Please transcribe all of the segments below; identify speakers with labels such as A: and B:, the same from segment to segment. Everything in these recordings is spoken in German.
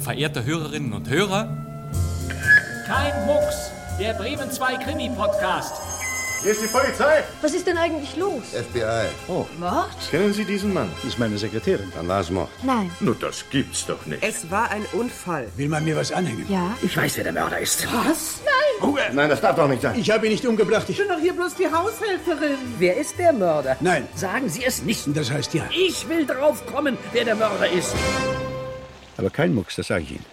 A: verehrte Hörerinnen und Hörer.
B: Kein Mucks, der Bremen 2 Krimi-Podcast.
C: Hier ist die Polizei.
D: Was ist denn eigentlich los?
C: FBI.
D: Oh, Mord?
C: Kennen Sie diesen Mann?
E: Das ist meine Sekretärin.
C: Dann war es Mord.
D: Nein.
C: Nur das gibt's doch nicht.
F: Es war ein Unfall.
E: Will man mir was anhängen?
D: Ja.
E: Ich weiß, wer der Mörder ist.
D: Was? Nein.
E: Ruhe!
C: Nein, das darf doch nicht sein.
E: Ich habe ihn nicht umgebracht.
F: Ich bin doch hier bloß die Haushälterin. Wer ist der Mörder?
E: Nein.
G: Sagen Sie es nicht.
E: Das heißt ja.
G: Ich will drauf kommen, wer der Mörder ist.
E: Aber kein Mucks, das sage ich Ihnen.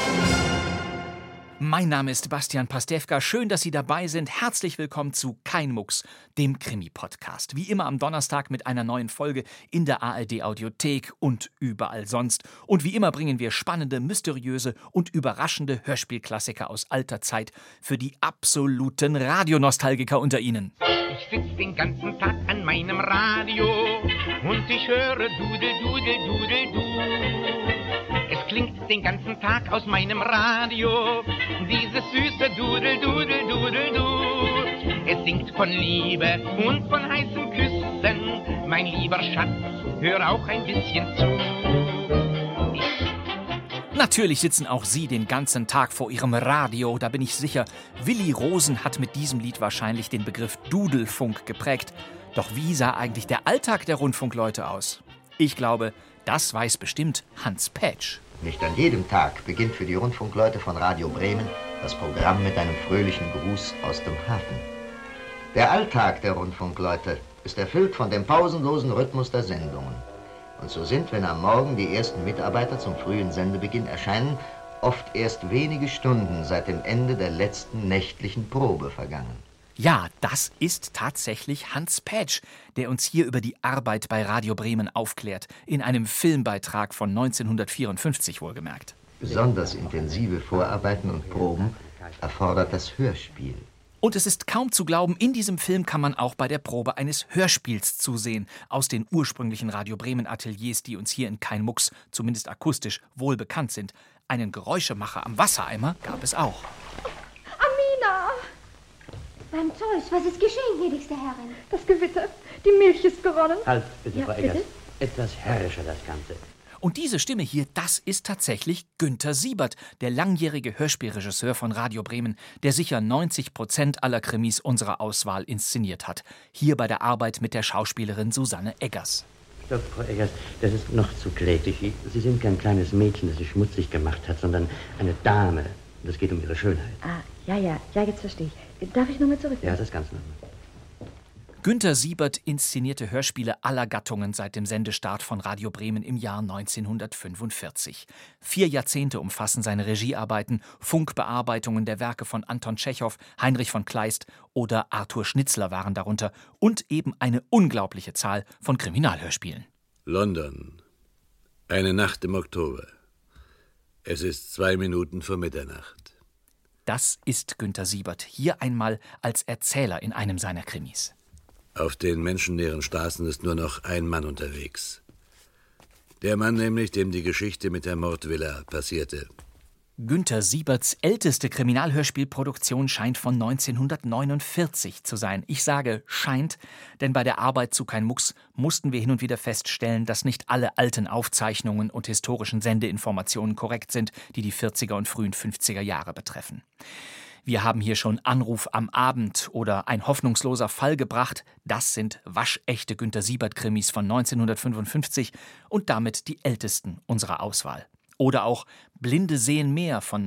H: Mein Name ist Bastian Pastewka. Schön, dass Sie dabei sind. Herzlich willkommen zu Kein Mucks, dem Krimi-Podcast. Wie immer am Donnerstag mit einer neuen Folge in der ARD-Audiothek und überall sonst. Und wie immer bringen wir spannende, mysteriöse und überraschende Hörspielklassiker aus alter Zeit für die absoluten Radionostalgiker unter Ihnen.
I: Ich sitz den ganzen Tag an meinem Radio und ich höre Dudel, Dudel, Dudel, du. Es klingt den ganzen Tag aus meinem Radio dieses süße Dudel, Dudel, Dudel, du. Es singt von Liebe und von heißen Küssen. Mein lieber Schatz, hör auch ein bisschen zu.
H: Natürlich sitzen auch Sie den ganzen Tag vor Ihrem Radio, da bin ich sicher. Willi Rosen hat mit diesem Lied wahrscheinlich den Begriff Dudelfunk geprägt. Doch wie sah eigentlich der Alltag der Rundfunkleute aus? Ich glaube, das weiß bestimmt Hans Pätsch.
J: Nicht an jedem Tag beginnt für die Rundfunkleute von Radio Bremen das Programm mit einem fröhlichen Gruß aus dem Hafen. Der Alltag der Rundfunkleute ist erfüllt von dem pausenlosen Rhythmus der Sendungen. Und so sind, wenn am Morgen die ersten Mitarbeiter zum frühen Sendebeginn erscheinen, oft erst wenige Stunden seit dem Ende der letzten nächtlichen Probe vergangen.
H: Ja, das ist tatsächlich Hans Pätsch, der uns hier über die Arbeit bei Radio Bremen aufklärt, in einem Filmbeitrag von 1954 wohlgemerkt.
J: Besonders intensive Vorarbeiten und Proben erfordert das Hörspiel.
H: Und es ist kaum zu glauben, in diesem Film kann man auch bei der Probe eines Hörspiels zusehen, aus den ursprünglichen Radio Bremen Ateliers, die uns hier in Kein Mucks, zumindest akustisch, wohl bekannt sind. Einen Geräuschemacher am Wassereimer gab es auch.
D: Amina! Beim Zeus, was ist geschehen, gnädigste Herrin? Das Gewitter. Die Milch ist geronnen.
G: Halt, bitte,
D: Ja,
G: Frau Eggers.
D: bitte?
G: Etwas herrischer, das Ganze.
H: Und diese Stimme hier, das ist tatsächlich Günther Siebert, der langjährige Hörspielregisseur von Radio Bremen, der sicher 90% aller Krimis unserer Auswahl inszeniert hat. Hier bei der Arbeit mit der Schauspielerin Susanne Eggers.
G: Stopp, Frau Eggers, das ist noch zu kläglich. Sie sind kein kleines Mädchen, das sich schmutzig gemacht hat, sondern eine Dame. Und es geht um ihre Schönheit.
D: Ah, ja, jetzt verstehe ich. Darf ich nochmal zurück?
G: Ja, das ganz normal.
H: Günther Siebert inszenierte Hörspiele aller Gattungen seit dem Sendestart von Radio Bremen im Jahr 1945. 4 Jahrzehnte umfassen seine Regiearbeiten, Funkbearbeitungen der Werke von Anton Tschechow, Heinrich von Kleist oder Arthur Schnitzler waren darunter und eben eine unglaubliche Zahl von Kriminalhörspielen.
K: London. Eine Nacht im Oktober. Es ist 2 Minuten vor Mitternacht.
H: Das ist Günther Siebert, hier einmal als Erzähler in einem seiner Krimis.
K: Auf den menschenleeren Straßen ist nur noch ein Mann unterwegs. Der Mann nämlich, dem die Geschichte mit der Mordvilla passierte.
H: Günther Sieberts älteste Kriminalhörspielproduktion scheint von 1949 zu sein. Ich sage scheint, denn bei der Arbeit zu Kein Mucks mussten wir hin und wieder feststellen, dass nicht alle alten Aufzeichnungen und historischen Sendeinformationen korrekt sind, die die 40er und frühen 50er Jahre betreffen. Wir haben hier schon Anruf am Abend oder Ein hoffnungsloser Fall gebracht. Das sind waschechte Günther Siebert-Krimis von 1955 und damit die ältesten unserer Auswahl. Oder auch Blinde sehen mehr von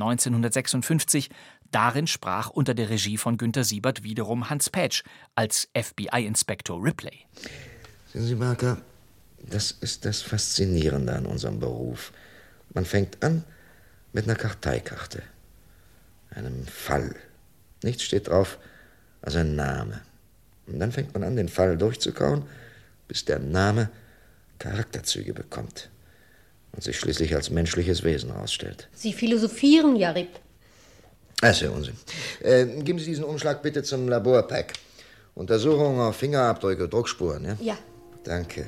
H: 1956. Darin sprach unter der Regie von Günther Siebert wiederum Hans Pätsch als FBI-Inspektor Ripley.
J: Sehen Sie, Martha, das ist das Faszinierende an unserem Beruf. Man fängt an mit einer Karteikarte. Einem Fall. Nichts steht drauf als ein Name. Und dann fängt man an, den Fall durchzukauen, bis der Name Charakterzüge bekommt und sich schließlich als menschliches Wesen herausstellt.
D: Sie philosophieren, ja, Rip.
J: Das ist ja Unsinn. Geben Sie diesen Umschlag bitte zum Laborpack. Untersuchung auf Fingerabdrücke, Druckspuren, ja?
D: Ja.
J: Danke.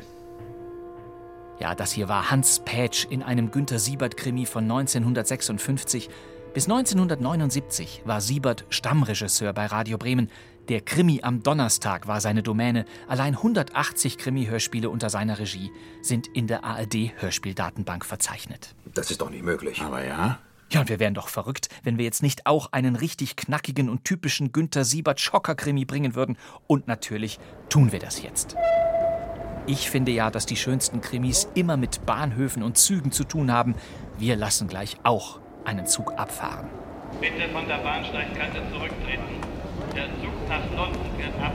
H: Ja, das hier war Hans Pätsch in einem Günther Siebert-Krimi von 1956. Bis 1979 war Siebert Stammregisseur bei Radio Bremen. Der Krimi am Donnerstag war seine Domäne. Allein 180 Krimi-Hörspiele unter seiner Regie sind in der ARD-Hörspieldatenbank verzeichnet.
E: Das ist doch nicht möglich.
K: Aber ja.
H: Ja, und wir wären doch verrückt, wenn wir jetzt nicht auch einen richtig knackigen und typischen Günter Siebert-Schocker-Krimi bringen würden. Und natürlich tun wir das jetzt. Ich finde ja, dass die schönsten Krimis immer mit Bahnhöfen und Zügen zu tun haben. Wir lassen gleich auch einen Zug abfahren.
L: Bitte von der Bahnsteigkante zurücktreten. Der Zug nach London fährt ab.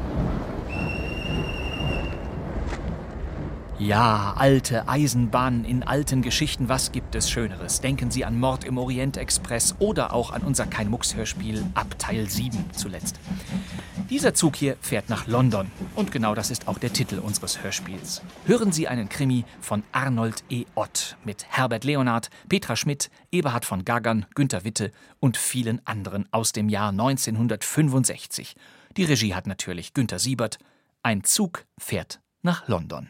H: Ja, alte Eisenbahnen in alten Geschichten, was gibt es Schöneres? Denken Sie an Mord im Orient-Express oder auch an unser Kein-Mucks-Hörspiel ab Teil 7 zuletzt. Dieser Zug hier fährt nach London und genau das ist auch der Titel unseres Hörspiels. Hören Sie einen Krimi von Arnold E. Ott mit Herbert Leonhard, Petra Schmidt, Eberhard von Gaggern, Günter Witte und vielen anderen aus dem Jahr 1965. Die Regie hat natürlich Günter Siebert. Ein Zug fährt nach London.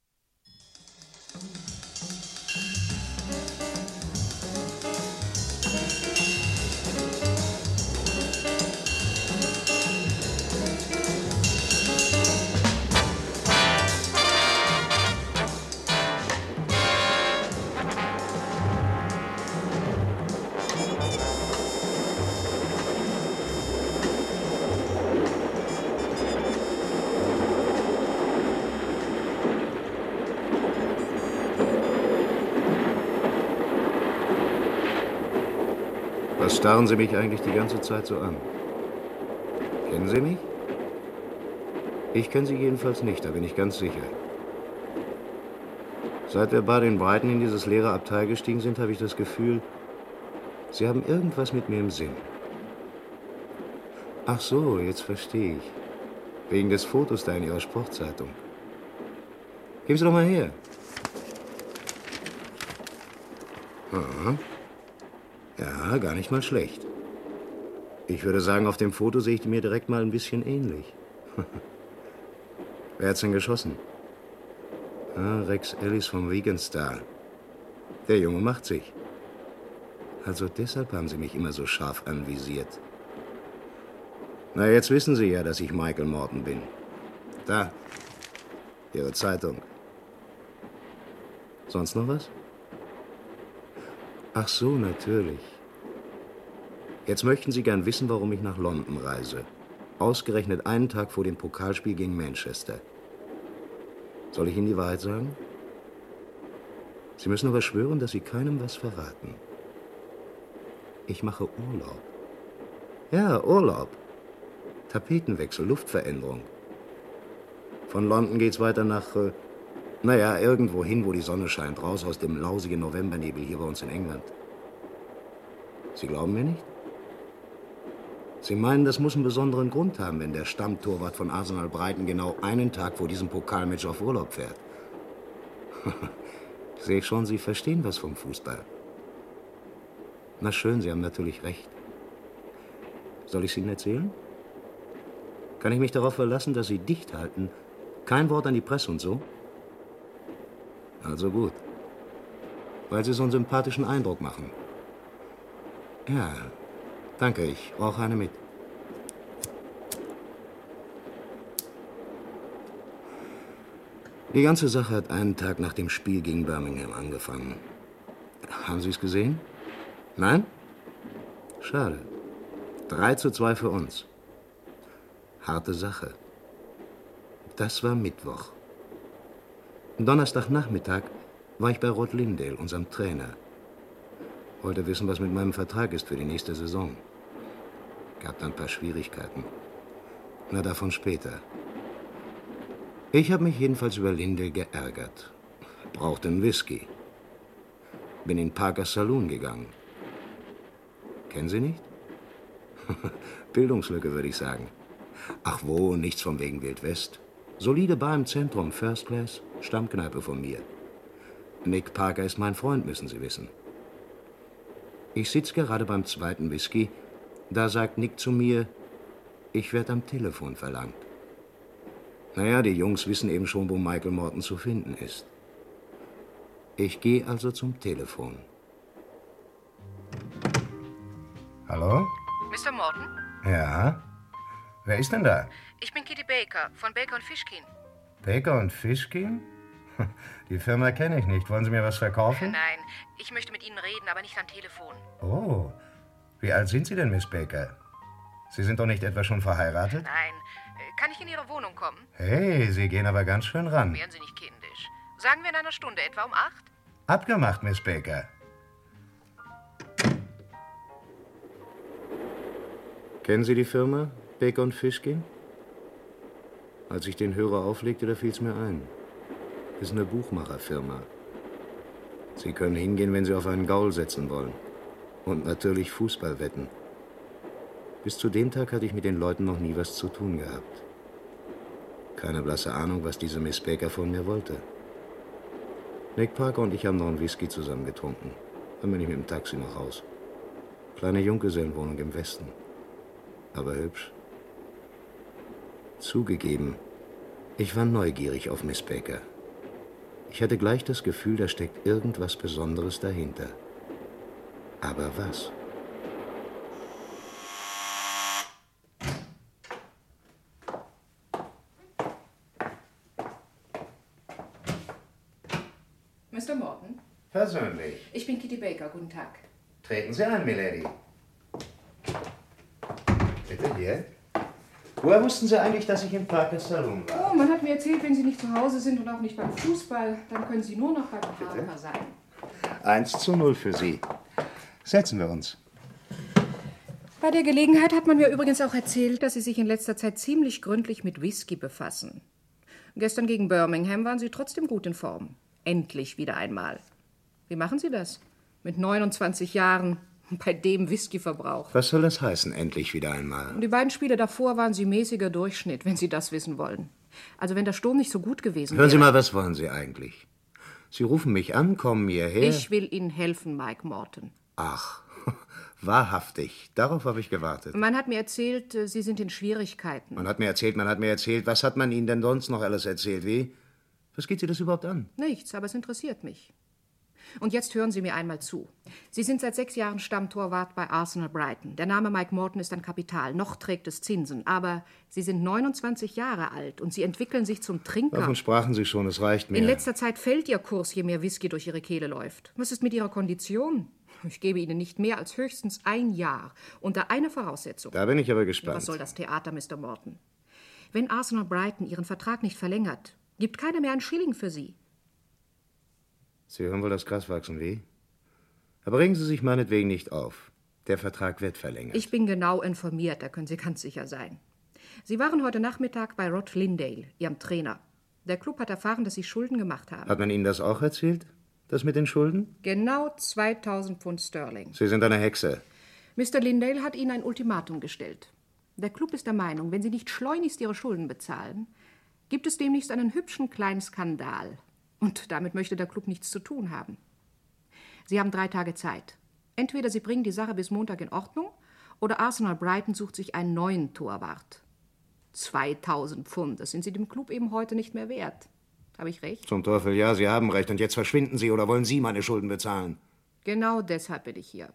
M: Was starren Sie mich eigentlich die ganze Zeit so an? Kennen Sie mich? Ich kenne Sie jedenfalls nicht, da bin ich ganz sicher. Seit wir beide in Brighton in dieses leere Abteil gestiegen sind, habe ich das Gefühl, Sie haben irgendwas mit mir im Sinn. Ach so, jetzt verstehe ich. Wegen des Fotos da in Ihrer Sportzeitung. Geben Sie doch mal her. Aha. Ja, gar nicht mal schlecht. Ich würde sagen, auf dem Foto sehe ich mir direkt mal ein bisschen ähnlich. Wer hat's denn geschossen? Ah, Rex Ellis vom Vegan Star. Der Junge macht sich. Also deshalb haben Sie mich immer so scharf anvisiert. Na, jetzt wissen Sie ja, dass ich Michael Morton bin. Da, Ihre Zeitung. Sonst noch was? Ach so, natürlich. Jetzt möchten Sie gern wissen, warum ich nach London reise. Ausgerechnet einen Tag vor dem Pokalspiel gegen Manchester. Soll ich Ihnen die Wahrheit sagen? Sie müssen aber schwören, dass Sie keinem was verraten. Ich mache Urlaub. Ja, Urlaub. Tapetenwechsel, Luftveränderung. Von London geht's weiter nach, irgendwo hin, wo die Sonne scheint. Raus aus dem lausigen Novembernebel hier bei uns in England. Sie glauben mir nicht? Sie meinen, das muss einen besonderen Grund haben, wenn der Stammtorwart von Arsenal Brighton genau einen Tag vor diesem Pokalmatch auf Urlaub fährt. Sehe ich schon, Sie verstehen was vom Fußball. Na schön, Sie haben natürlich recht. Soll ich es Ihnen erzählen? Kann ich mich darauf verlassen, dass Sie dicht halten? Kein Wort an die Presse und so? Also gut. Weil Sie so einen sympathischen Eindruck machen. Ja, danke, ich brauche eine mit. Die ganze Sache hat einen Tag nach dem Spiel gegen Birmingham angefangen. Haben Sie es gesehen? Nein? Schade. 3:2 für uns. Harte Sache. Das war Mittwoch. Donnerstagnachmittag war ich bei Rod Lindale, unserem Trainer. Wollte wissen, was mit meinem Vertrag ist für die nächste Saison. Gab dann ein paar Schwierigkeiten. Na, davon später. Ich habe mich jedenfalls über Lindale geärgert. Brauchte einen Whisky. Bin in Parkers Saloon gegangen. Kennen Sie nicht? Bildungslücke, würde ich sagen. Ach wo, nichts von wegen Wild West. Solide Bar im Zentrum, First Class, Stammkneipe von mir. Nick Parker ist mein Freund, müssen Sie wissen. Ich sitze gerade beim zweiten Whisky. Da sagt Nick zu mir, ich werde am Telefon verlangt. Naja, die Jungs wissen eben schon, wo Michael Morton zu finden ist. Ich gehe also zum Telefon. Hallo?
N: Mr. Morton?
M: Ja? Wer ist denn da?
N: Ich bin Kitty Baker von Baker & Fishkin.
M: Baker und Fishkin? Die Firma kenne ich nicht. Wollen Sie mir was verkaufen?
N: Nein, ich möchte mit Ihnen reden, aber nicht am Telefon.
M: Oh, wie alt sind Sie denn, Miss Baker? Sie sind doch nicht etwa schon verheiratet?
N: Nein. Kann ich in Ihre Wohnung kommen?
M: Hey, Sie gehen aber ganz schön ran.
N: Wären Sie nicht kindisch. Sagen wir in einer Stunde, etwa um 8?
M: Abgemacht, Miss Baker. Kennen Sie die Firma Baker & Fishkin? Als ich den Hörer auflegte, da fiel's mir ein. Ist eine Buchmacherfirma. Sie können hingehen, wenn Sie auf einen Gaul setzen wollen. Und natürlich Fußball wetten. Bis zu dem Tag hatte ich mit den Leuten noch nie was zu tun gehabt. Keine blasse Ahnung, was diese Miss Baker von mir wollte. Nick Parker und ich haben noch einen Whisky zusammen getrunken. Dann bin ich mit dem Taxi nach Haus. Kleine Junggesellenwohnung im Westen. Aber hübsch. Zugegeben, ich war neugierig auf Miss Baker. Ich hatte gleich das Gefühl, da steckt irgendwas Besonderes dahinter. Aber was?
N: Mr. Morton?
M: Persönlich.
N: Ich bin Kitty Baker. Guten Tag.
M: Treten Sie ein, Milady. Bitte hier. Woher wussten Sie eigentlich, dass ich im Parkers Saloon war?
N: Oh, man hat mir erzählt, wenn Sie nicht zu Hause sind und auch nicht beim Fußball, dann können Sie nur noch beim Parker sein.
M: 1:0 für Sie. Setzen wir uns.
N: Bei der Gelegenheit hat man mir übrigens auch erzählt, dass Sie sich in letzter Zeit ziemlich gründlich mit Whisky befassen. Gestern gegen Birmingham waren Sie trotzdem gut in Form. Endlich wieder einmal. Wie machen Sie das? Mit 29 Jahren, bei dem Whiskyverbrauch.
M: Was soll das heißen, endlich wieder einmal?
N: Und die beiden Spiele davor waren Sie mäßiger Durchschnitt, wenn Sie das wissen wollen. Also wenn der Sturm nicht so gut gewesen wäre...
M: Hören Sie mal, was wollen Sie eigentlich? Sie rufen mich an, kommen hierher...
N: Ich will Ihnen helfen, Mike Morton.
M: Ach, wahrhaftig. Darauf habe ich gewartet.
N: Man hat mir erzählt, Sie sind in Schwierigkeiten.
M: Man hat mir erzählt. Was hat man Ihnen denn sonst noch alles erzählt, wie? Was geht Sie das überhaupt an?
N: Nichts, aber es interessiert mich. Und jetzt hören Sie mir einmal zu. Sie sind seit 6 Jahren Stammtorwart bei Arsenal Brighton. Der Name Mike Morton ist ein Kapital. Noch trägt es Zinsen. Aber Sie sind 29 Jahre alt und Sie entwickeln sich zum Trinker.
M: Davon sprachen Sie schon, es reicht mir.
N: In letzter Zeit fällt Ihr Kurs, je mehr Whisky durch Ihre Kehle läuft. Was ist mit Ihrer Kondition? Ich gebe Ihnen nicht mehr als höchstens 1 Jahr. Unter einer Voraussetzung.
M: Da bin ich aber gespannt.
N: Was soll das Theater, Mr. Morton? Wenn Arsenal Brighton Ihren Vertrag nicht verlängert, gibt keiner mehr einen Schilling für Sie.
M: Sie hören wohl das Gras wachsen, wie? Aber regen Sie sich meinetwegen nicht auf. Der Vertrag wird verlängert.
N: Ich bin genau informiert, da können Sie ganz sicher sein. Sie waren heute Nachmittag bei Rod Lindale, Ihrem Trainer. Der Club hat erfahren, dass Sie Schulden gemacht haben.
M: Hat man Ihnen das auch erzählt? Das mit den Schulden?
N: Genau 2.000 Pfund Sterling.
M: Sie sind eine Hexe.
N: Mr. Lindale hat Ihnen ein Ultimatum gestellt. Der Club ist der Meinung, wenn Sie nicht schleunigst Ihre Schulden bezahlen, gibt es demnächst einen hübschen kleinen Skandal. Und damit möchte der Club nichts zu tun haben. Sie haben 3 Tage Zeit. Entweder Sie bringen die Sache bis Montag in Ordnung oder Arsenal Brighton sucht sich einen neuen Torwart. 2.000 Pfund, das sind Sie dem Club eben heute nicht mehr wert. Habe ich recht?
M: Zum Teufel, ja, Sie haben recht. Und jetzt verschwinden Sie oder wollen Sie meine Schulden bezahlen?
N: Genau deshalb bin ich hier.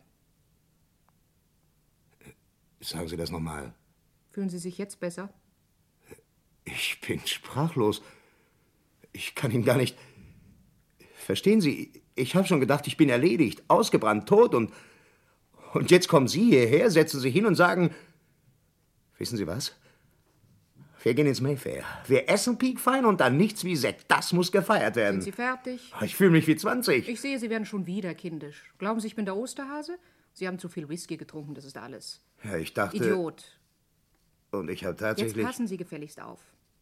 M: Sagen Sie das nochmal.
N: Fühlen Sie sich jetzt besser?
M: Ich bin sprachlos. Ich kann Ihnen gar nicht... Verstehen Sie, ich habe schon gedacht, ich bin erledigt, ausgebrannt, tot und jetzt kommen Sie hierher, setzen sich hin und sagen, wissen Sie was? Wir gehen ins Mayfair. Wir essen piekfein und dann nichts wie Sekt. Das muss gefeiert werden.
N: Sind Sie fertig?
M: Ich fühle mich wie 20.
N: Ich sehe, Sie werden schon wieder kindisch. Glauben Sie, ich bin der Osterhase? Sie haben zu viel Whisky getrunken, das ist alles.
M: Ja, ich dachte...
N: Idiot.
M: Und ich habe tatsächlich...
N: Jetzt passen Sie gefälligst auf.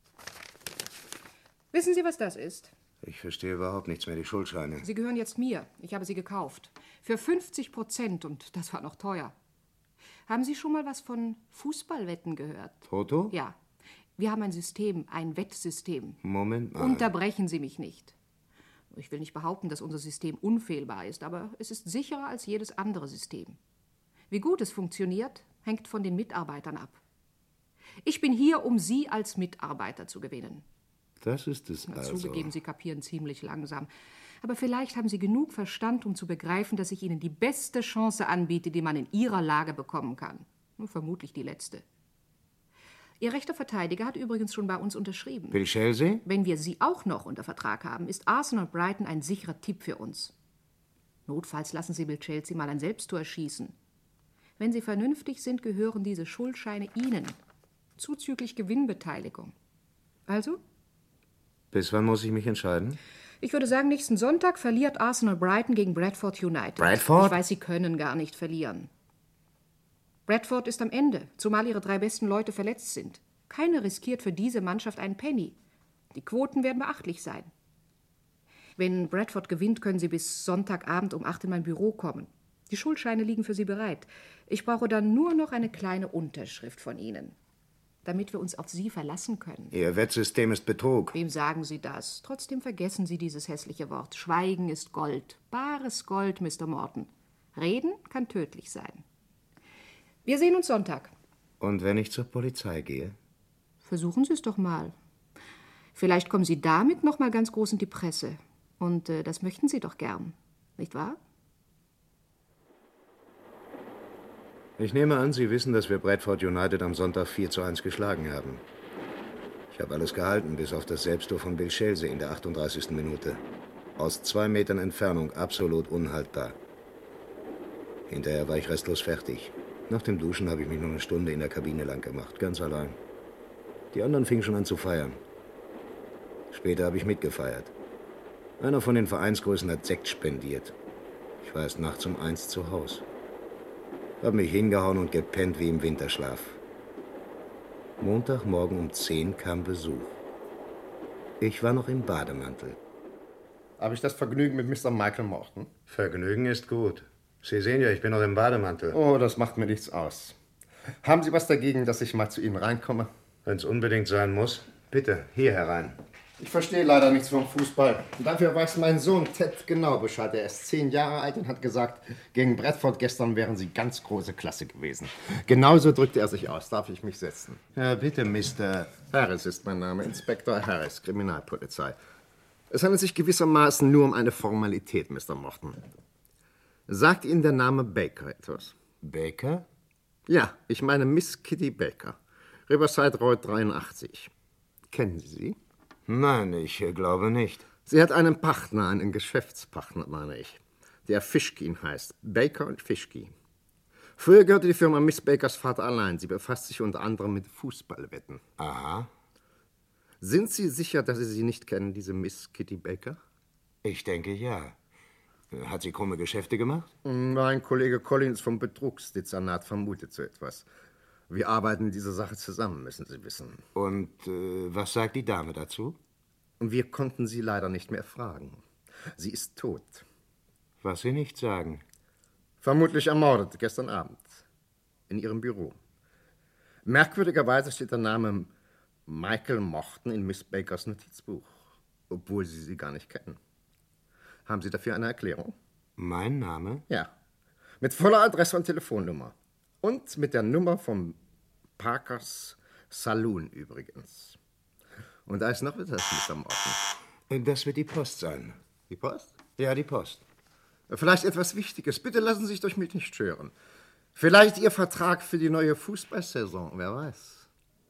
N: Wissen Sie, was das ist?
M: Ich verstehe überhaupt nichts mehr, die Schuldscheine.
N: Sie gehören jetzt mir. Ich habe sie gekauft. Für 50% und das war noch teuer. Haben Sie schon mal was von Fußballwetten gehört?
M: Toto?
N: Ja. Wir haben ein System, ein Wettsystem.
M: Moment mal.
N: Unterbrechen Sie mich nicht. Ich will nicht behaupten, dass unser System unfehlbar ist, aber es ist sicherer als jedes andere System. Wie gut es funktioniert, hängt von den Mitarbeitern ab. Ich bin hier, um Sie als Mitarbeiter zu gewinnen.
M: Das ist es also.
N: Zugegeben, Sie kapieren ziemlich langsam. Aber vielleicht haben Sie genug Verstand, um zu begreifen, dass ich Ihnen die beste Chance anbiete, die man in Ihrer Lage bekommen kann. Vermutlich die letzte. Ihr rechter Verteidiger hat übrigens schon bei uns unterschrieben.
M: Bill Chelsea?
N: Wenn wir Sie auch noch unter Vertrag haben, ist Arsenal Brighton ein sicherer Tipp für uns. Notfalls lassen Sie Bill Chelsea mal ein Selbsttor schießen. Wenn Sie vernünftig sind, gehören diese Schuldscheine Ihnen. Zuzüglich Gewinnbeteiligung. Also?
M: Bis wann muss ich mich entscheiden?
N: Ich würde sagen, nächsten Sonntag verliert Arsenal Brighton gegen Bradford United.
M: Bradford?
N: Ich weiß, Sie können gar nicht verlieren. Bradford ist am Ende, zumal ihre 3 besten Leute verletzt sind. Keiner riskiert für diese Mannschaft einen Penny. Die Quoten werden beachtlich sein. Wenn Bradford gewinnt, können Sie bis Sonntagabend um 8 in mein Büro kommen. Die Schuldscheine liegen für Sie bereit. Ich brauche dann nur noch eine kleine Unterschrift von Ihnen, damit wir uns auf Sie verlassen können.
M: Ihr Wettsystem ist Betrug.
N: Wem sagen Sie das? Trotzdem vergessen Sie dieses hässliche Wort. Schweigen ist Gold. Bares Gold, Mr. Morton. Reden kann tödlich sein. Wir sehen uns Sonntag.
M: Und wenn ich zur Polizei gehe?
N: Versuchen Sie es doch mal. Vielleicht kommen Sie damit noch mal ganz groß in die Presse. Und das möchten Sie doch gern, nicht wahr?
M: Ich nehme an, Sie wissen, dass wir Bradford United am Sonntag 4:1 geschlagen haben. Ich habe alles gehalten, bis auf das Selbsttor von Bill Chelsea in der 38. Minute. Aus 2 Metern Entfernung absolut unhaltbar. Hinterher war ich restlos fertig. Nach dem Duschen habe ich mich noch eine Stunde in der Kabine lang gemacht, ganz allein. Die anderen fingen schon an zu feiern. Später habe ich mitgefeiert. Einer von den Vereinsgrößen hat Sekt spendiert. Ich war erst nachts um 1 zu Haus. Habe mich hingehauen und gepennt wie im Winterschlaf. Montagmorgen um 10 kam Besuch. Ich war noch im Bademantel.
C: Habe ich das Vergnügen mit Mr. Michael Morton?
M: Vergnügen ist gut. Sie sehen ja, ich bin noch im Bademantel.
C: Oh, das macht mir nichts aus. Haben Sie was dagegen, dass ich mal zu Ihnen reinkomme?
M: Wenn es unbedingt sein muss, bitte, hier herein.
C: Ich verstehe leider nichts vom Fußball. Dafür weiß mein Sohn Ted genau Bescheid. Er ist 10 Jahre alt und hat gesagt, gegen Bradford gestern wären Sie ganz große Klasse gewesen. Genauso drückte er sich aus. Darf ich mich setzen?
M: Ja, bitte, Mr.
C: Harris ist mein Name, Inspektor Harris, Kriminalpolizei. Es handelt sich gewissermaßen nur um eine Formalität, Mr. Morton. Sagt Ihnen der Name Baker etwas?
M: Baker?
C: Ja, ich meine Miss Kitty Baker. Riverside Road 83. Kennen Sie sie?
M: Nein, ich glaube nicht.
C: Sie hat einen Partner, einen Geschäftspartner, meine ich, der Fishkin heißt. Baker und Fishkin. Früher gehörte die Firma Miss Bakers Vater allein. Sie befasst sich unter anderem mit Fußballwetten.
M: Aha.
C: Sind Sie sicher, dass Sie sie nicht kennen, diese Miss Kitty Baker?
M: Ich denke, ja. Hat sie krumme Geschäfte gemacht?
C: Mein Kollege Collins vom Betrugsdezernat vermutet so etwas. Wir arbeiten in dieser Sache zusammen, müssen Sie wissen.
M: Und was sagt die Dame dazu?
C: Wir konnten sie leider nicht mehr fragen. Sie ist tot.
M: Was Sie nicht sagen.
C: Vermutlich ermordet, gestern Abend. In ihrem Büro. Merkwürdigerweise steht der Name Michael Morton in Miss Bakers Notizbuch, obwohl Sie sie gar nicht kennen. Haben Sie dafür eine Erklärung?
M: Mein Name?
C: Ja. Mit voller Adresse und Telefonnummer. Und mit der Nummer vom Parkers Saloon übrigens. Und da ist noch etwas, Mr. Morton.
M: Das wird die Post sein.
C: Die Post?
M: Ja, die Post.
C: Vielleicht etwas Wichtiges. Bitte lassen Sie sich durch mich nicht stören. Vielleicht Ihr Vertrag für die neue Fußballsaison, wer weiß.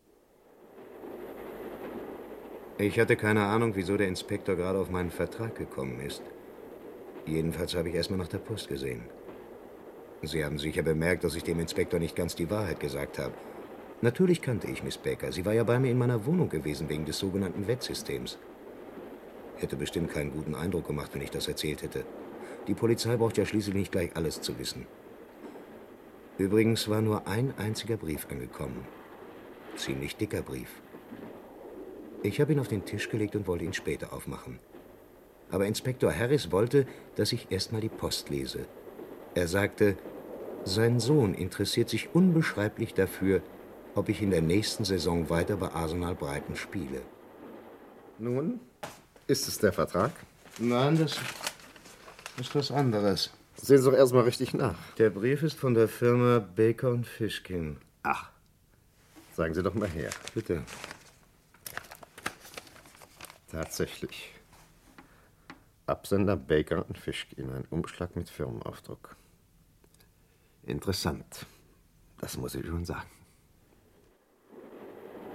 M: Ich hatte keine Ahnung, wieso der Inspektor gerade auf meinen Vertrag gekommen ist. Jedenfalls habe ich erstmal nach der Post gesehen. Sie haben sicher bemerkt, dass ich dem Inspektor nicht ganz die Wahrheit gesagt habe. Natürlich kannte ich Miss Baker. Sie war ja bei mir in meiner Wohnung gewesen, wegen des sogenannten Wettsystems. Hätte bestimmt keinen guten Eindruck gemacht, wenn ich das erzählt hätte. Die Polizei braucht ja schließlich nicht gleich alles zu wissen. Übrigens war nur ein einziger Brief angekommen. Ziemlich dicker Brief. Ich habe ihn auf den Tisch gelegt und wollte ihn später aufmachen. Aber Inspektor Harris wollte, dass ich erstmal die Post lese. Er sagte, sein Sohn interessiert sich unbeschreiblich dafür, ob ich in der nächsten Saison weiter bei Arsenal Brighton spiele.
C: Nun, ist es der Vertrag?
M: Nein, das ist was anderes.
C: Sehen Sie doch erstmal richtig nach.
M: Der Brief ist von der Firma Baker und Fishkin.
C: Ach, sagen Sie doch mal her.
M: Bitte.
C: Tatsächlich. Absender Baker und Fishkin, ein Umschlag mit Firmenaufdruck. Interessant. Das muss ich schon sagen.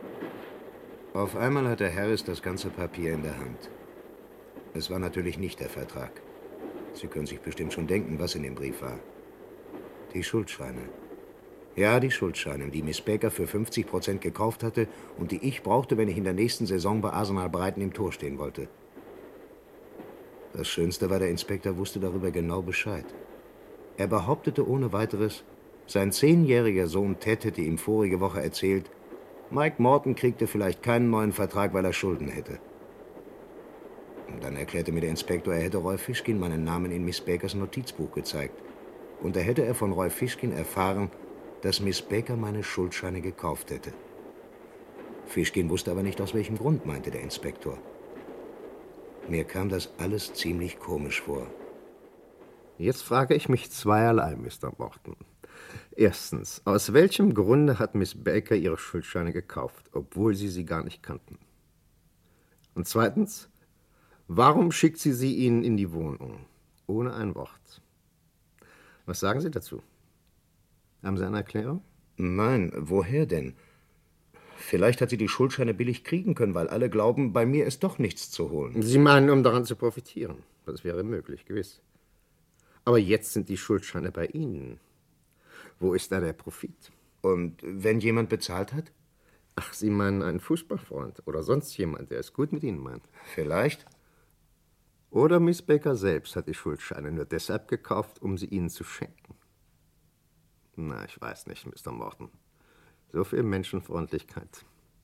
M: Auf einmal hatte Harris das ganze Papier in der Hand. Es war natürlich nicht der Vertrag. Sie können sich bestimmt schon denken, was in dem Brief war. Die Schuldscheine. Ja, die Schuldscheine, die Miss Baker für 50% gekauft hatte und die ich brauchte, wenn ich in der nächsten Saison bei Arsenal Brighton im Tor stehen wollte. Das Schönste war, der Inspektor wusste darüber genau Bescheid. Er behauptete ohne weiteres, sein 10-jähriger Sohn Ted hätte ihm vorige Woche erzählt, Mike Morton kriegte vielleicht keinen neuen Vertrag, weil er Schulden hätte. Und dann erklärte mir der Inspektor, er hätte Roy Fishkin meinen Namen in Miss Bakers Notizbuch gezeigt. Und da hätte er von Roy Fishkin erfahren, dass Miss Baker meine Schuldscheine gekauft hätte. Fishkin wusste aber nicht, aus welchem Grund, meinte der Inspektor. Mir kam das alles ziemlich komisch vor.
C: Jetzt frage ich mich zweierlei, Mr. Morton. Erstens, aus welchem Grunde hat Miss Baker ihre Schuldscheine gekauft, obwohl sie gar nicht kannten? Und zweitens, warum schickt sie ihnen in die Wohnung, ohne ein Wort? Was sagen Sie dazu? Haben Sie eine Erklärung?
M: Nein, woher denn? Vielleicht hat sie die Schuldscheine billig kriegen können, weil alle glauben, bei mir ist doch nichts zu holen.
C: Sie meinen, um daran zu profitieren. Das wäre möglich, gewiss. Aber jetzt sind die Schuldscheine bei Ihnen. Wo ist da der Profit?
M: Und wenn jemand bezahlt hat?
C: Ach, Sie meinen einen Fußballfreund oder sonst jemand, der es gut mit Ihnen meint.
M: Vielleicht.
C: Oder Miss Baker selbst hat die Schuldscheine nur deshalb gekauft, um sie Ihnen zu schenken. Na, ich weiß nicht, Mr. Morton. So viel Menschenfreundlichkeit.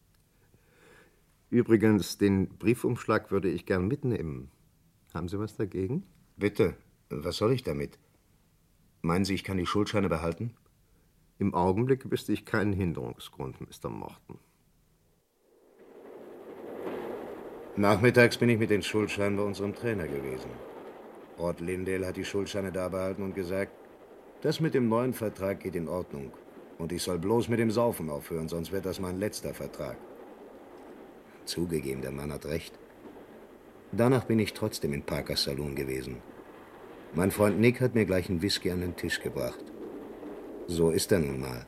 C: Übrigens, den Briefumschlag würde ich gern mitnehmen. Haben Sie was dagegen?
M: Bitte, was soll ich damit? Meinen Sie, ich kann die Schuldscheine behalten?
C: Im Augenblick wüsste ich keinen Hinderungsgrund, Mr. Morton.
M: Nachmittags bin ich mit den Schuldscheinen bei unserem Trainer gewesen. Rod Lindale hat die Schuldscheine da behalten und gesagt, das mit dem neuen Vertrag geht in Ordnung. Und ich soll bloß mit dem Saufen aufhören, sonst wird das mein letzter Vertrag. Zugegeben, der Mann hat recht. Danach bin ich trotzdem in Parkers Saloon gewesen. Mein Freund Nick hat mir gleich einen Whisky an den Tisch gebracht. So ist er nun mal.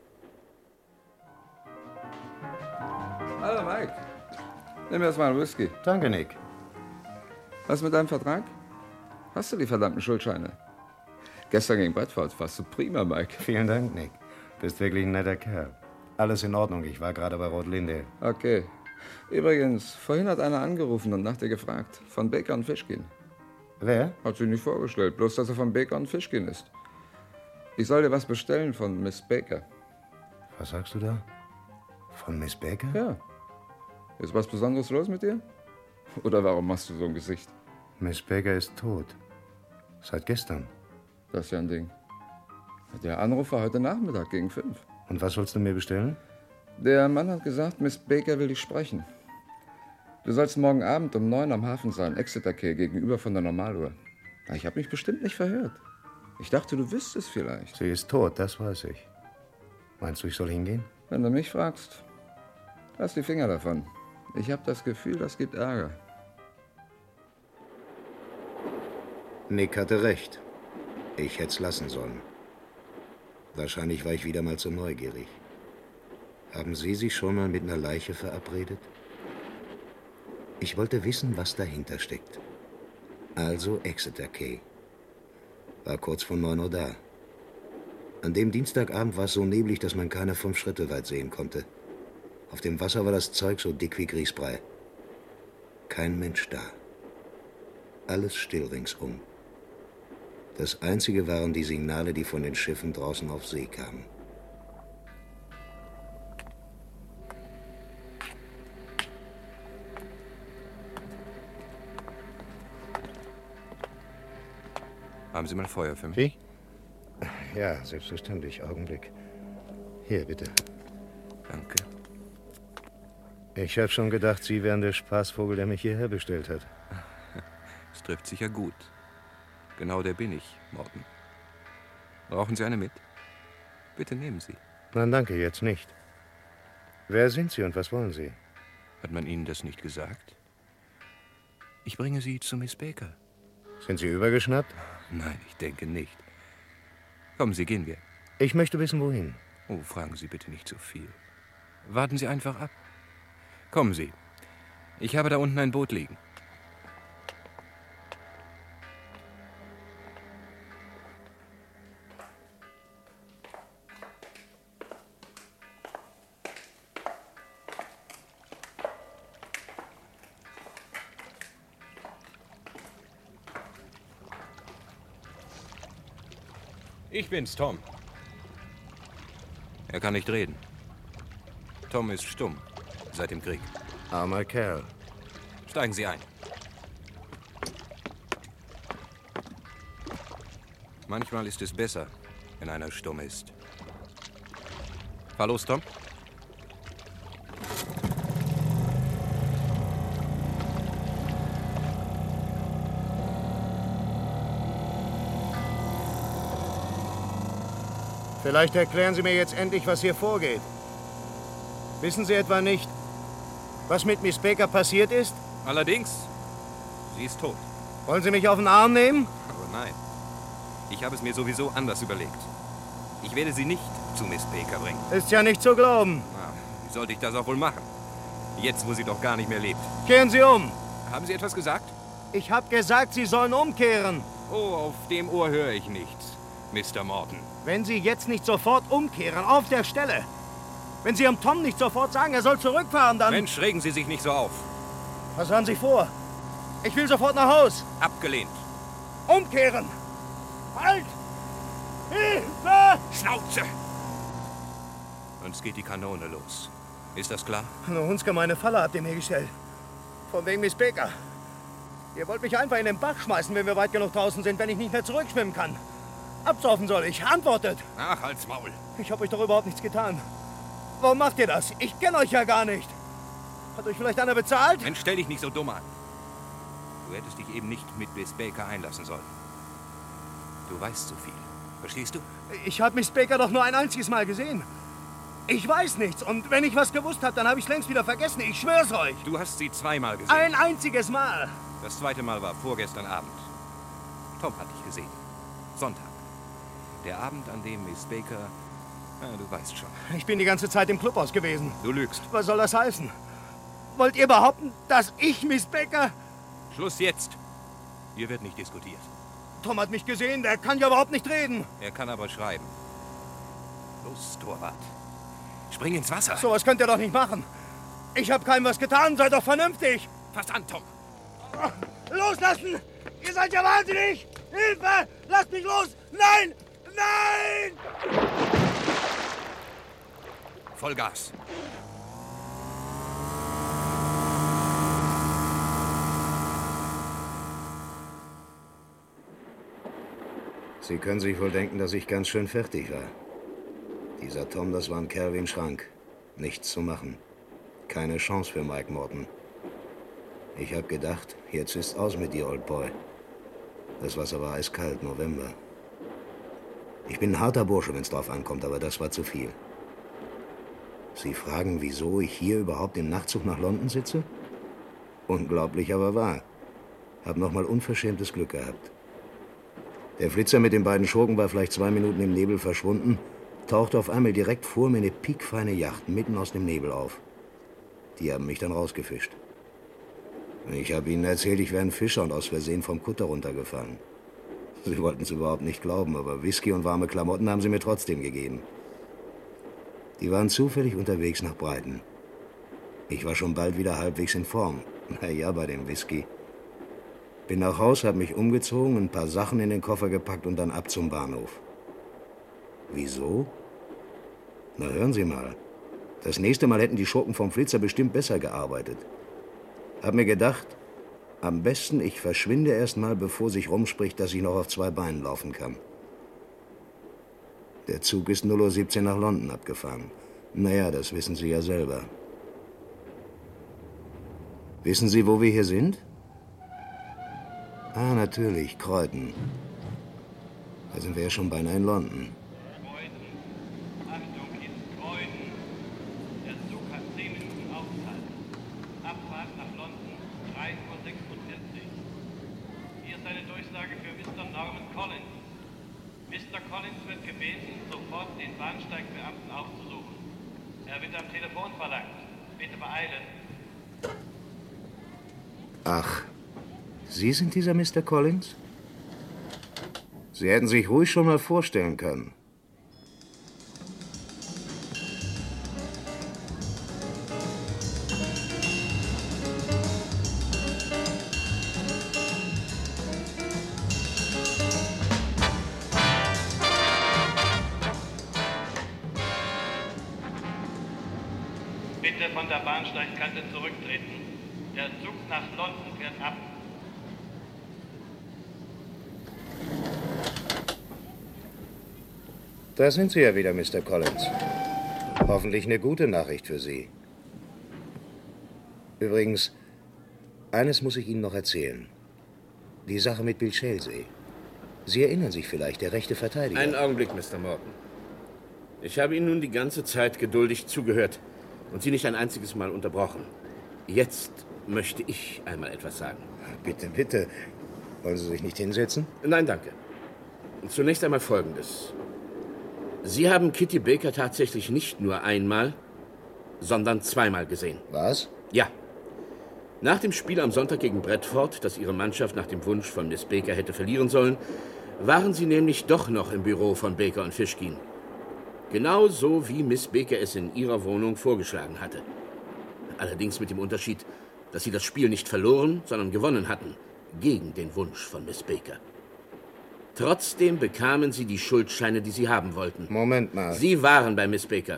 O: Hallo Mike, nimm erst mal einen Whisky.
M: Danke, Nick.
O: Was mit deinem Vertrag? Hast du die verdammten Schuldscheine? Gestern gegen Bradford warst du prima, Mike.
M: Vielen Dank, Nick. Bist wirklich ein netter Kerl. Alles in Ordnung, ich war gerade bei Rod Lindale.
O: Okay. Übrigens, vorhin hat einer angerufen und nach dir gefragt. Von Baker und Fishkin.
M: Wer?
O: Hat sich nicht vorgestellt, bloß dass er von Baker und Fishkin ist. Ich soll dir was bestellen von Miss Baker.
M: Was sagst du da? Von Miss Baker?
O: Ja. Ist was Besonderes los mit dir? Oder warum machst du so ein Gesicht?
M: Miss Baker ist tot. Seit gestern.
O: Das ist ja ein Ding. Der Anruf war heute Nachmittag gegen 5.
M: Und was sollst du mir bestellen?
O: Der Mann hat gesagt, Miss Baker will dich sprechen. Du sollst morgen Abend um 9 am Hafen sein, Exeter Quay, gegenüber von der Normaluhr. Ich habe mich bestimmt nicht verhört. Ich dachte, du wüsstest es vielleicht.
M: Sie ist tot, das weiß ich. Meinst du, ich soll hingehen?
O: Wenn du mich fragst, lass die Finger davon. Ich habe das Gefühl, das gibt Ärger.
M: Nick hatte recht. Ich hätte es lassen sollen. Wahrscheinlich war ich wieder mal zu neugierig. Haben Sie sich schon mal mit einer Leiche verabredet? Ich wollte wissen, was dahinter steckt. Also Exeter Quay. War kurz vor 9 Uhr da. An dem Dienstagabend war es so neblig, dass man keine 5 Schritte weit sehen konnte. Auf dem Wasser war das Zeug so dick wie Grießbrei. Kein Mensch da. Alles still ringsum. Das Einzige waren die Signale, die von den Schiffen draußen auf See kamen.
A: Haben Sie mal Feuer für mich?
M: Wie? Ja, selbstverständlich. Augenblick. Hier, bitte.
A: Danke.
M: Ich habe schon gedacht, Sie wären der Spaßvogel, der mich hierher bestellt hat.
A: Es trifft sich ja gut. Genau der bin ich, Morton. Brauchen Sie eine mit? Bitte nehmen Sie.
M: Nein, danke, jetzt nicht. Wer sind Sie und was wollen Sie?
A: Hat man Ihnen das nicht gesagt? Ich bringe Sie zu Miss Baker.
M: Sind Sie übergeschnappt?
A: Nein, ich denke nicht. Kommen Sie, gehen wir.
M: Ich möchte wissen, wohin.
A: Oh, fragen Sie bitte nicht so viel. Warten Sie einfach ab. Kommen Sie. Ich habe da unten ein Boot liegen. Ich bin's, Tom. Er kann nicht reden. Tom ist stumm seit dem Krieg.
C: Armer Kerl.
A: Steigen Sie ein. Manchmal ist es besser, wenn einer stumm ist. Fahr los, Tom.
M: Vielleicht erklären Sie mir jetzt endlich, was hier vorgeht. Wissen Sie etwa nicht, was mit Miss Baker passiert ist?
A: Allerdings, sie ist tot.
M: Wollen Sie mich auf den Arm nehmen?
A: Aber nein, ich habe es mir sowieso anders überlegt. Ich werde sie nicht zu Miss Baker bringen.
M: Ist ja nicht zu glauben.
A: Na, wie sollte ich das auch wohl machen? Jetzt, wo sie doch gar nicht mehr lebt.
M: Kehren Sie um.
A: Haben Sie etwas gesagt?
M: Ich habe gesagt, Sie sollen umkehren.
A: Oh, auf dem Ohr höre ich nichts, Mr. Morton.
M: Wenn Sie jetzt nicht sofort umkehren, auf der Stelle. Wenn Sie Ihrem Tom nicht sofort sagen, er soll zurückfahren, dann...
A: Mensch, regen Sie sich nicht so auf.
M: Was haben Sie vor? Ich will sofort nach Haus.
A: Abgelehnt.
M: Umkehren! Halt! Hilfe!
A: Schnauze! Uns geht die Kanone los. Ist das klar?
M: Eine hundsgemeine Falle habt ihr mir gestellt. Von wegen Miss Baker. Ihr wollt mich einfach in den Bach schmeißen, wenn wir weit genug draußen sind, wenn ich nicht mehr zurückschwimmen kann. Absaufen soll ich. Antwortet!
A: Ach, halt's Maul.
M: Ich hab euch doch überhaupt nichts getan. Warum macht ihr das? Ich kenne euch ja gar nicht. Hat euch vielleicht einer bezahlt?
A: Mensch, stell dich nicht so dumm an. Du hättest dich eben nicht mit Miss Baker einlassen sollen. Du weißt so viel. Verstehst du?
M: Ich habe Miss Baker doch nur ein einziges Mal gesehen. Ich weiß nichts. Und wenn ich was gewusst habe, dann habe ich es längst wieder vergessen. Ich schwör's euch.
A: Du hast sie zweimal gesehen.
M: Ein einziges Mal.
A: Das zweite Mal war vorgestern Abend. Tom hat dich gesehen. Sonntag. Der Abend, an dem Miss Baker... Ja, du weißt schon.
M: Ich bin die ganze Zeit im Clubhaus gewesen.
A: Du lügst.
M: Was soll das heißen? Wollt ihr behaupten, dass ich Miss Baker...
A: Schluss jetzt. Hier wird nicht diskutiert.
M: Tom hat mich gesehen, der kann ja überhaupt nicht reden.
A: Er kann aber schreiben. Los, Torwart. Spring ins Wasser.
M: So was könnt ihr doch nicht machen. Ich habe keinem was getan, seid doch vernünftig.
A: Fass an, Tom.
M: Loslassen! Ihr seid ja wahnsinnig! Hilfe! Lasst mich los! Nein! Nein!
A: Vollgas.
M: Sie können sich wohl denken, dass ich ganz schön fertig war. Dieser Tom, das war ein Kerl wie ein Schrank. Nichts zu machen. Keine Chance für Mike Morton. Ich hab gedacht, jetzt ist aus mit dir, Old Boy. Das Wasser war eiskalt, November. Ich bin ein harter Bursche, wenn's drauf ankommt, aber das war zu viel. Sie fragen, wieso ich hier überhaupt im Nachtzug nach London sitze? Unglaublich, aber wahr. Hab nochmal unverschämtes Glück gehabt. Der Flitzer mit den beiden Schurken war vielleicht 2 Minuten im Nebel verschwunden, tauchte auf einmal direkt vor mir eine piekfeine Yacht mitten aus dem Nebel auf. Die haben mich dann rausgefischt. Ich habe ihnen erzählt, ich wäre ein Fischer und aus Versehen vom Kutter runtergefallen. Sie wollten es überhaupt nicht glauben, aber Whisky und warme Klamotten haben sie mir trotzdem gegeben. Die waren zufällig unterwegs nach Brighton. Ich war schon bald wieder halbwegs in Form. Na ja, bei dem Whisky. Bin nach Haus, habe mich umgezogen, ein paar Sachen in den Koffer gepackt und dann ab zum Bahnhof. Wieso? Na, hören Sie mal. Das nächste Mal hätten die Schurken vom Flitzer bestimmt besser gearbeitet. Hab mir gedacht, am besten ich verschwinde erst mal, bevor sich rumspricht, dass ich noch auf 2 Beinen laufen kann. Der Zug ist 0:17 Uhr nach London abgefahren. Naja, das wissen Sie ja selber. Wissen Sie, wo wir hier sind? Ah, natürlich, Croydon. Da sind wir ja schon beinahe in London.
L: Achtung, in Croydon. Der Zug hat 10 Minuten Aufenthalt. Abfahrt nach London, 3:46 Uhr. Hier ist eine Durchsage für Mr. Norman Collins. Mr. Collins wird gebeten, sofort den Bahnsteigbeamten aufzusuchen. Er wird am Telefon verlangt. Bitte beeilen.
M: Ach, Sie sind dieser Mr. Collins? Sie hätten sich ruhig schon mal vorstellen können.
L: Bitte von der Bahnsteigkante zurücktreten. Der Zug nach London fährt ab.
M: Da sind Sie ja wieder, Mr. Collins. Hoffentlich eine gute Nachricht für Sie. Übrigens, eines muss ich Ihnen noch erzählen. Die Sache mit Bill Chelsea. Sie erinnern sich vielleicht, der rechte Verteidiger.
P: Einen Augenblick, Mr. Morton. Ich habe Ihnen nun die ganze Zeit geduldig zugehört und Sie nicht ein einziges Mal unterbrochen. Jetzt möchte ich einmal etwas sagen.
M: Bitte, bitte. Wollen Sie sich nicht hinsetzen?
P: Nein, danke. Zunächst einmal Folgendes. Sie haben Kitty Baker tatsächlich nicht nur einmal, sondern zweimal gesehen.
M: Was?
P: Ja. Nach dem Spiel am Sonntag gegen Bradford, das Ihre Mannschaft nach dem Wunsch von Miss Baker hätte verlieren sollen, waren Sie nämlich doch noch im Büro von Baker und Fishkin. Genau so, wie Miss Baker es in ihrer Wohnung vorgeschlagen hatte. Allerdings mit dem Unterschied, dass Sie das Spiel nicht verloren, sondern gewonnen hatten, gegen den Wunsch von Miss Baker. Trotzdem bekamen Sie die Schuldscheine, die Sie haben wollten.
M: Moment mal.
P: Sie waren bei Miss Baker.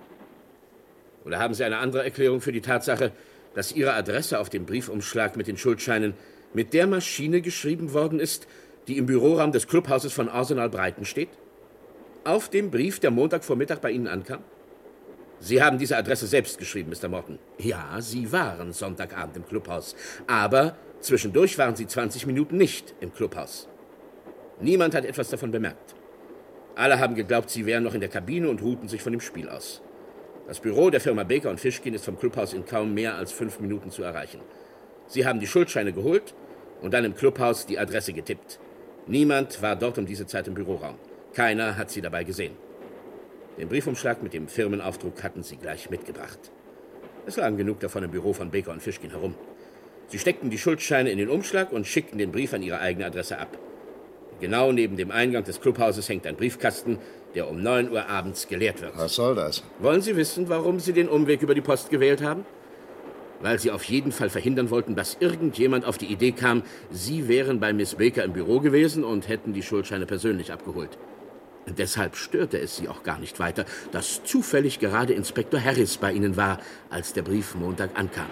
P: Oder haben Sie eine andere Erklärung für die Tatsache, dass Ihre Adresse auf dem Briefumschlag mit den Schuldscheinen mit der Maschine geschrieben worden ist, die im Büroraum des Clubhauses von Arsenal Brighton steht? Auf dem Brief, der Montagvormittag bei Ihnen ankam? Sie haben diese Adresse selbst geschrieben, Mr. Morton. Ja, Sie waren Sonntagabend im Clubhaus. Aber zwischendurch waren Sie 20 Minuten nicht im Clubhaus. Niemand hat etwas davon bemerkt. Alle haben geglaubt, Sie wären noch in der Kabine und ruhten sich von dem Spiel aus. Das Büro der Firma Baker und Fishkin ist vom Clubhaus in kaum mehr als 5 Minuten zu erreichen. Sie haben die Schuldscheine geholt und dann im Clubhaus die Adresse getippt. Niemand war dort um diese Zeit im Büroraum. Keiner hat Sie dabei gesehen. Den Briefumschlag mit dem Firmenaufdruck hatten Sie gleich mitgebracht. Es lagen genug davon im Büro von Baker und Fishkin herum. Sie steckten die Schuldscheine in den Umschlag und schickten den Brief an Ihre eigene Adresse ab. Genau neben dem Eingang des Clubhauses hängt ein Briefkasten, der um 9 Uhr abends geleert wird.
M: Was soll das?
P: Wollen Sie wissen, warum Sie den Umweg über die Post gewählt haben? Weil Sie auf jeden Fall verhindern wollten, dass irgendjemand auf die Idee kam, Sie wären bei Miss Baker im Büro gewesen und hätten die Schuldscheine persönlich abgeholt. Und deshalb störte es Sie auch gar nicht weiter, dass zufällig gerade Inspektor Harris bei Ihnen war, als der Brief Montag ankam.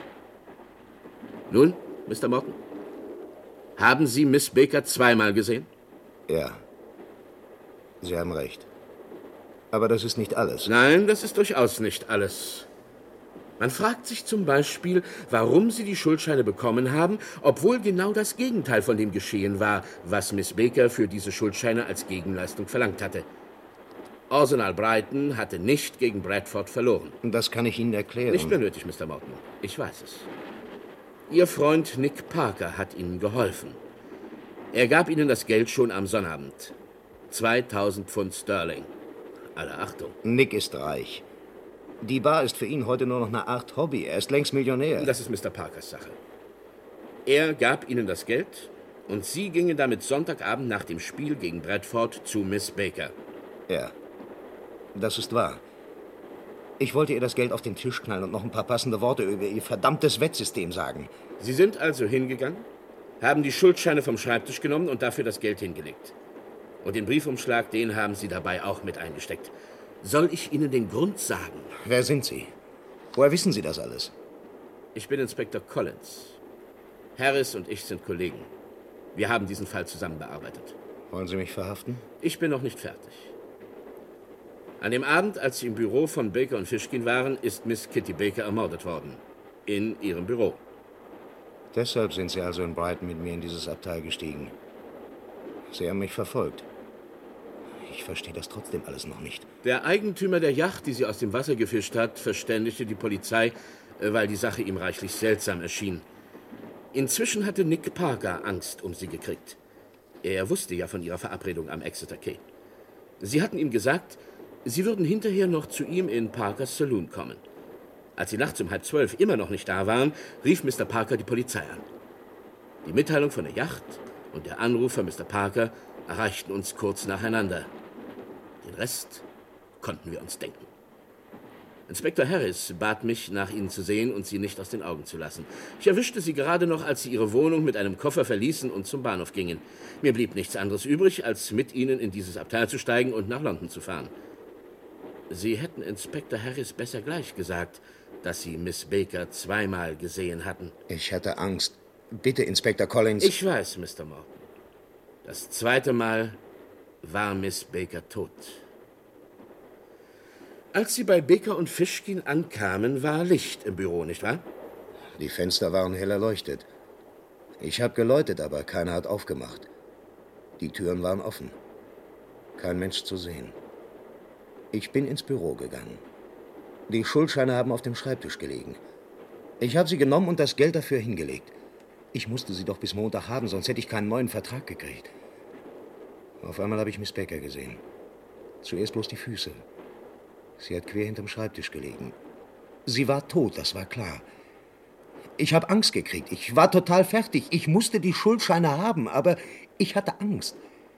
P: Nun, Mr. Morton, haben Sie Miss Baker zweimal gesehen?
M: Ja. Sie haben recht. Aber das ist nicht alles.
P: Nein, das ist durchaus nicht alles. Man fragt sich zum Beispiel, warum Sie die Schuldscheine bekommen haben, obwohl genau das Gegenteil von dem geschehen war, was Miss Baker für diese Schuldscheine als Gegenleistung verlangt hatte. Arsenal Brighton hatte nicht gegen Bradford verloren.
M: Das kann ich Ihnen erklären.
P: Nicht mehr nötig, Mr. Morton. Ich weiß es. Ihr Freund Nick Parker hat Ihnen geholfen. Er gab Ihnen das Geld schon am Sonnabend. 2000 Pfund Sterling. Alle Achtung.
M: Nick ist reich. Die Bar ist für ihn heute nur noch eine Art Hobby. Er ist längst Millionär.
P: Das ist Mr. Parkers Sache. Er gab Ihnen das Geld und Sie gingen damit Sonntagabend nach dem Spiel gegen Bradford zu Miss Baker.
M: Ja, das ist wahr. Ich wollte ihr das Geld auf den Tisch knallen und noch ein paar passende Worte über ihr verdammtes Wettsystem sagen.
P: Sie sind also hingegangen, haben die Schuldscheine vom Schreibtisch genommen und dafür das Geld hingelegt. Und den Briefumschlag, den haben Sie dabei auch mit eingesteckt. Soll ich Ihnen den Grund sagen?
M: Wer sind Sie? Woher wissen Sie das alles?
P: Ich bin Inspektor Collins. Harris und ich sind Kollegen. Wir haben diesen Fall zusammen bearbeitet.
M: Wollen Sie mich verhaften?
P: Ich bin noch nicht fertig. An dem Abend, als Sie im Büro von Baker und Fishkin waren, ist Miss Kitty Baker ermordet worden. In Ihrem Büro.
M: Deshalb sind Sie also in Brighton mit mir in dieses Abteil gestiegen. Sie haben mich verfolgt. Ich verstehe das trotzdem alles noch nicht.
P: Der Eigentümer der Yacht, die Sie aus dem Wasser gefischt hat, verständigte die Polizei, weil die Sache ihm reichlich seltsam erschien. Inzwischen hatte Nick Parker Angst um Sie gekriegt. Er wusste ja von Ihrer Verabredung am Exeter Quay. Sie hatten ihm gesagt, Sie würden hinterher noch zu ihm in Parkers Saloon kommen. Als Sie nachts um 11:30 immer noch nicht da waren, rief Mr. Parker die Polizei an. Die Mitteilung von der Yacht und der Anruf von Mr. Parker erreichten uns kurz nacheinander. Den Rest konnten wir uns denken. Inspektor Harris bat mich, nach Ihnen zu sehen und Sie nicht aus den Augen zu lassen. Ich erwischte Sie gerade noch, als Sie Ihre Wohnung mit einem Koffer verließen und zum Bahnhof gingen. Mir blieb nichts anderes übrig, als mit Ihnen in dieses Abteil zu steigen und nach London zu fahren. Sie hätten Inspektor Harris besser gleich gesagt, dass Sie Miss Baker zweimal gesehen hatten.
M: Ich hatte Angst. Bitte, Inspektor Collins.
P: Ich weiß, Mr. Morton. Das zweite Mal war Miss Baker tot. Als Sie bei Baker und Fishkin ankamen, war Licht im Büro, nicht wahr?
M: Die Fenster waren hell erleuchtet. Ich habe geläutet, aber keiner hat aufgemacht. Die Türen waren offen. Kein Mensch zu sehen. Ich bin ins Büro gegangen. Die Schuldscheine haben auf dem Schreibtisch gelegen. Ich habe sie genommen und das Geld dafür hingelegt. Ich musste sie doch bis Montag haben, sonst hätte ich keinen neuen Vertrag gekriegt. Auf einmal habe ich Miss Baker gesehen. Zuerst bloß die Füße. Sie hat quer hinterm Schreibtisch gelegen. Sie war tot, das war klar. Ich habe Angst gekriegt. Ich war total fertig. Ich musste die Schuldscheine haben, aber ich hatte Angst.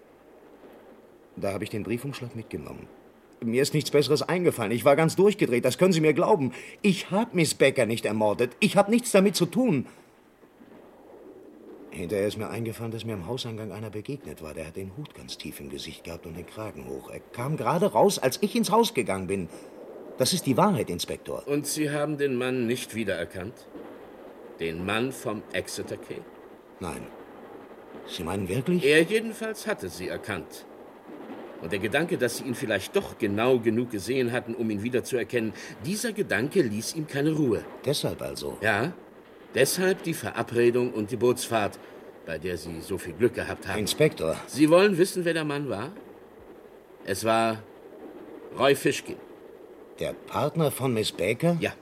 M: Da habe ich den Briefumschlag mitgenommen. Mir ist nichts Besseres eingefallen. Ich war ganz durchgedreht, das können Sie mir glauben. Ich habe Miss Baker nicht ermordet. Ich habe nichts damit zu tun. Hinterher ist mir eingefallen, dass mir am Hauseingang einer begegnet war. Der hat den Hut ganz tief im Gesicht gehabt und den Kragen hoch. Er kam gerade raus, als ich ins Haus gegangen bin. Das ist die Wahrheit, Inspektor.
P: Und Sie haben den Mann nicht wiedererkannt? Den Mann vom Exeter Quay?
M: Nein. Sie meinen wirklich?
P: Er jedenfalls hatte Sie erkannt. Und der Gedanke, dass Sie ihn vielleicht doch genau genug gesehen hatten, um ihn wiederzuerkennen, dieser Gedanke ließ ihm keine Ruhe.
M: Deshalb also?
P: Ja, deshalb die Verabredung und die Bootsfahrt, bei der Sie so viel Glück gehabt haben.
M: Inspektor.
P: Sie wollen wissen, wer der Mann war? Es war Roy Fishkin.
M: Der Partner von Miss Baker?
P: Ja.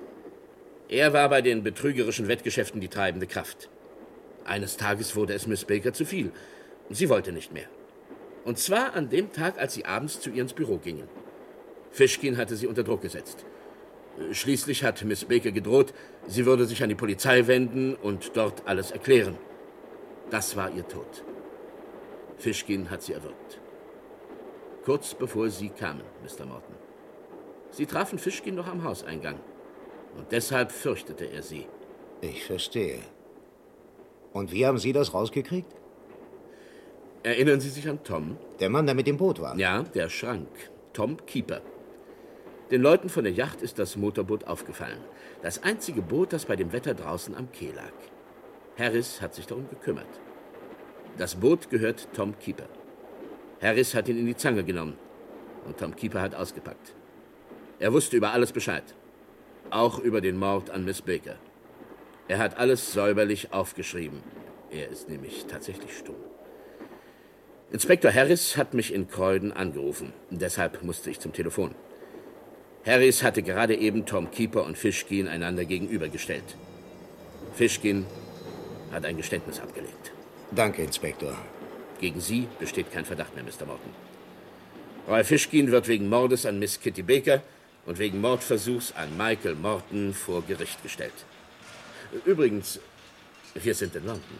P: Er war bei den betrügerischen Wettgeschäften die treibende Kraft. Eines Tages wurde es Miss Baker zu viel. Sie wollte nicht mehr. Und zwar an dem Tag, als sie abends zu ihr ins Büro gingen. Fishkin hatte sie unter Druck gesetzt. Schließlich hat Miss Baker gedroht, sie würde sich an die Polizei wenden und dort alles erklären. Das war ihr Tod. Fishkin hat sie erwürgt. Kurz bevor Sie kamen, Mr. Morton. Sie trafen Fishkin noch am Hauseingang. Und deshalb fürchtete er sie.
M: Ich verstehe. Und wie haben Sie das rausgekriegt?
P: Erinnern Sie sich an Tom?
M: Der Mann, der mit dem Boot war?
P: Ja, der Schrank. Tom Keeper. Den Leuten von der Yacht ist das Motorboot aufgefallen. Das einzige Boot, das bei dem Wetter draußen am Quai lag. Harris hat sich darum gekümmert. Das Boot gehört Tom Keeper. Harris hat ihn in die Zange genommen. Und Tom Keeper hat ausgepackt. Er wusste über alles Bescheid. Auch über den Mord an Miss Baker. Er hat alles säuberlich aufgeschrieben. Er ist nämlich tatsächlich stumm. Inspektor Harris hat mich in Croydon angerufen. Deshalb musste ich zum Telefon. Harris hatte gerade eben Tom Keeper und Fishkin einander gegenübergestellt. Fishkin hat ein Geständnis abgelegt.
M: Danke, Inspektor.
P: Gegen Sie besteht kein Verdacht mehr, Mr. Morton. Roy Fishkin wird wegen Mordes an Miss Kitty Baker und wegen Mordversuchs an Michael Morton vor Gericht gestellt. Übrigens, wir sind in London.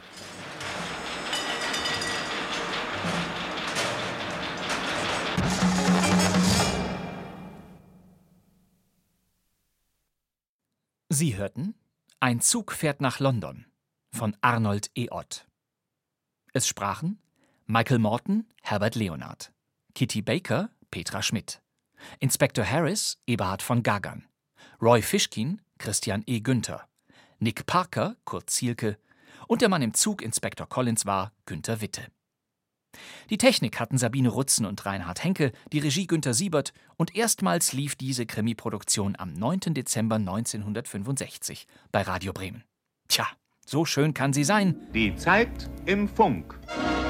H: Sie hörten Ein Zug fährt nach London von Arnold E. Ott. Es sprachen Michael Morton, Herbert Leonard, Kitty Baker, Petra Schmidt, Inspektor Harris, Eberhard von Gagern, Roy Fishkin, Christian E. Günther, Nick Parker, Kurt Zielke und der Mann im Zug, Inspektor Collins, war Günter Witte. Die Technik hatten Sabine Rutzen und Reinhard Henke, die Regie Günter Siebert und erstmals lief diese Krimi-Produktion am 9. Dezember 1965 bei Radio Bremen. Tja, so schön kann sie sein.
Q: Die Zeit im Funk.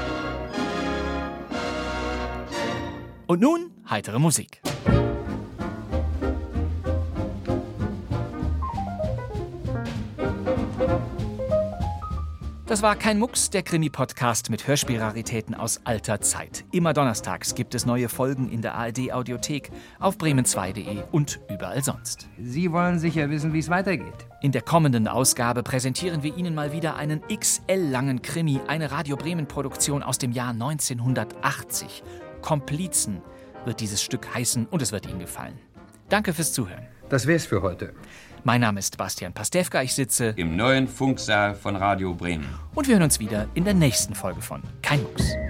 H: Und nun heitere Musik. Das war Kein Mucks, der Krimi-Podcast mit Hörspielraritäten aus alter Zeit. Immer donnerstags gibt es neue Folgen in der ARD-Audiothek, auf bremen2.de und überall sonst.
R: Sie wollen sicher wissen, wie es weitergeht.
H: In der kommenden Ausgabe präsentieren wir Ihnen mal wieder einen XL-langen Krimi, eine Radio Bremen-Produktion aus dem Jahr 1980. Komplizen wird dieses Stück heißen und es wird Ihnen gefallen. Danke fürs Zuhören.
R: Das wär's für heute.
H: Mein Name ist Bastian Pastewka, ich sitze
S: im neuen Funksaal von Radio Bremen.
H: Und wir hören uns wieder in der nächsten Folge von Kein Mucks.